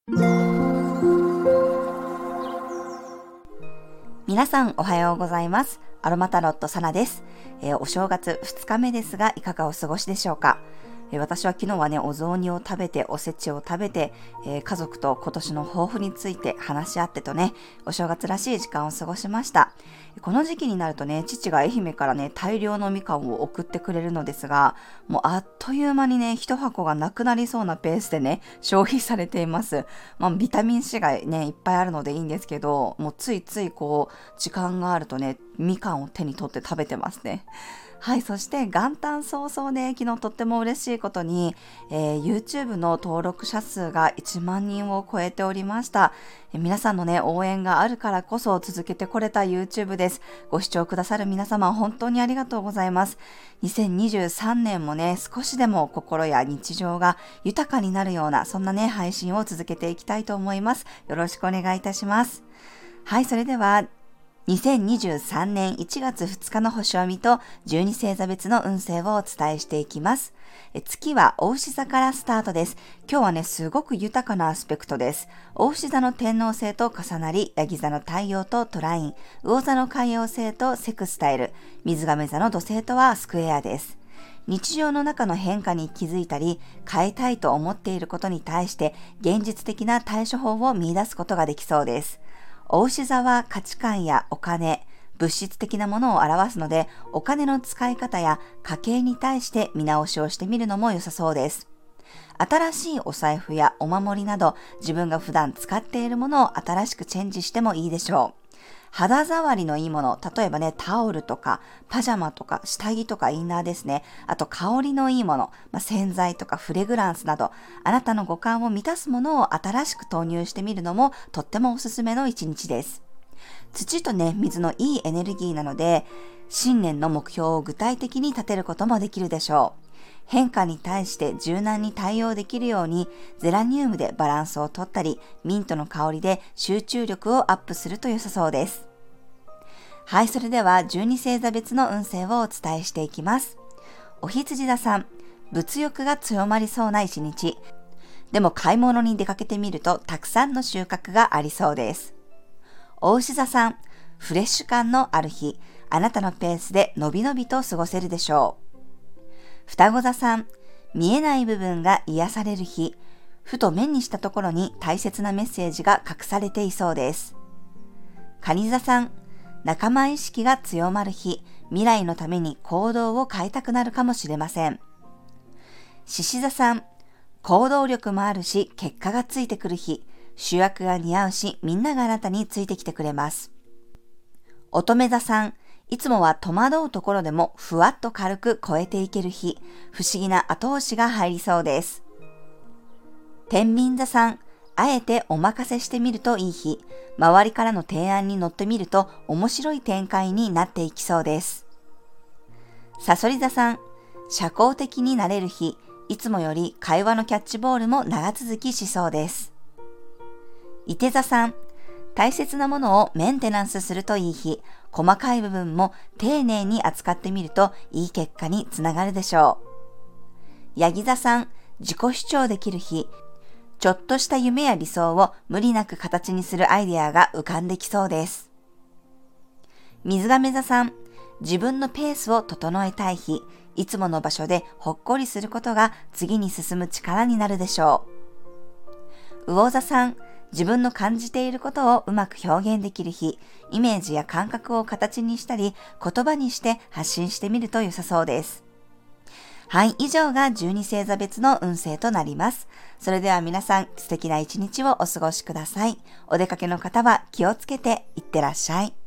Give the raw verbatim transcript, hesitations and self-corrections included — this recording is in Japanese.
皆さんおはようございます。アロマタロットサナです、えー、お正月ふつかめですがいかがお過ごしでしょうか。えー、私は昨日はねお雑煮を食べておせちを食べて、えー、家族と今年の抱負について話し合ってとねお正月らしい時間を過ごしました。この時期になるとね父が愛媛からね大量のみかんを送ってくれるのですが、もうあっという間にね一箱がなくなりそうなペースでね消費されています。まあビタミン C がねいっぱいあるのでいいんですけど、もうついついこう時間があるとねみかんを手に取って食べてますね。はい、そして元旦早々ね昨日とっても嬉しいことに、えー、YouTube の登録者数がいちまんにんを超えておりました。えー、皆さんのね応援があるからこそ続けてこれた YouTube です。ご視聴くださる皆様本当にありがとうございます。にせんにじゅうさんねんもね少しでも心や日常が豊かになるようなそんなね配信を続けていきたいと思います。よろしくお願いいたします。はい、それではにせんにじゅうさんねんいちがつふつかの星読みとじゅうに星座別の運勢をお伝えしていきます。え月は牡牛座からスタートです。今日はねすごく豊かなアスペクトです。牡牛座の天王星と重なり、ヤギ座の太陽とトライン、魚座の海王星とセクスタイル、水亀座の土星とはスクエアです。日常の中の変化に気づいたり、変えたいと思っていることに対して現実的な対処法を見出すことができそうです。牡牛座は価値観やお金、物質的なものを表すので、お金の使い方や家計に対して見直しをしてみるのも良さそうです。新しいお財布やお守りなど、自分が普段使っているものを新しくチェンジしてもいいでしょう。肌触りのいいもの、例えばね、タオルとか、パジャマとか、下着とかインナーですね。あと香りのいいもの、まあ、洗剤とかフレグランスなど、あなたの五感を満たすものを新しく投入してみるのもとってもおすすめの一日です。土とね、水のいいエネルギーなので、新年の目標を具体的に立てることもできるでしょう。変化に対して柔軟に対応できるように、ゼラニウムでバランスを取ったり、ミントの香りで集中力をアップすると良さそうです。はい、それではじゅうに星座別の運勢をお伝えしていきます。お羊座さん、物欲が強まりそうな一日。でも買い物に出かけてみるとたくさんの収穫がありそうです。お牛座さん、フレッシュ感のある日、あなたのペースでのびのびと過ごせるでしょう。双子座さん、見えない部分が癒される日、ふと目にしたところに大切なメッセージが隠されていそうです。蟹座さん、仲間意識が強まる日、未来のために行動を変えたくなるかもしれません。獅子座さん、行動力もあるし結果がついてくる日、主役が似合うしみんながあなたについてきてくれます。乙女座さん、いつもは戸惑うところでもふわっと軽く超えていける日、不思議な後押しが入りそうです。天秤座さん、あえてお任せしてみるといい日、周りからの提案に乗ってみると面白い展開になっていきそうです。蠍座さん、社交的になれる日、いつもより会話のキャッチボールも長続きしそうです。射手座さん、大切なものをメンテナンスするといい日、細かい部分も丁寧に扱ってみるといい結果につながるでしょう。ヤギ座さん、自己主張できる日、ちょっとした夢や理想を無理なく形にするアイデアが浮かんできそうです。水亀座さん、自分のペースを整えたい日、いつもの場所でほっこりすることが次に進む力になるでしょう。魚座さん、自分の感じていることをうまく表現できる日、イメージや感覚を形にしたり、言葉にして発信してみると良さそうです。はい、以上がじゅうに星座別の運勢となります。それでは皆さん、素敵な一日をお過ごしください。お出かけの方は気をつけていってらっしゃい。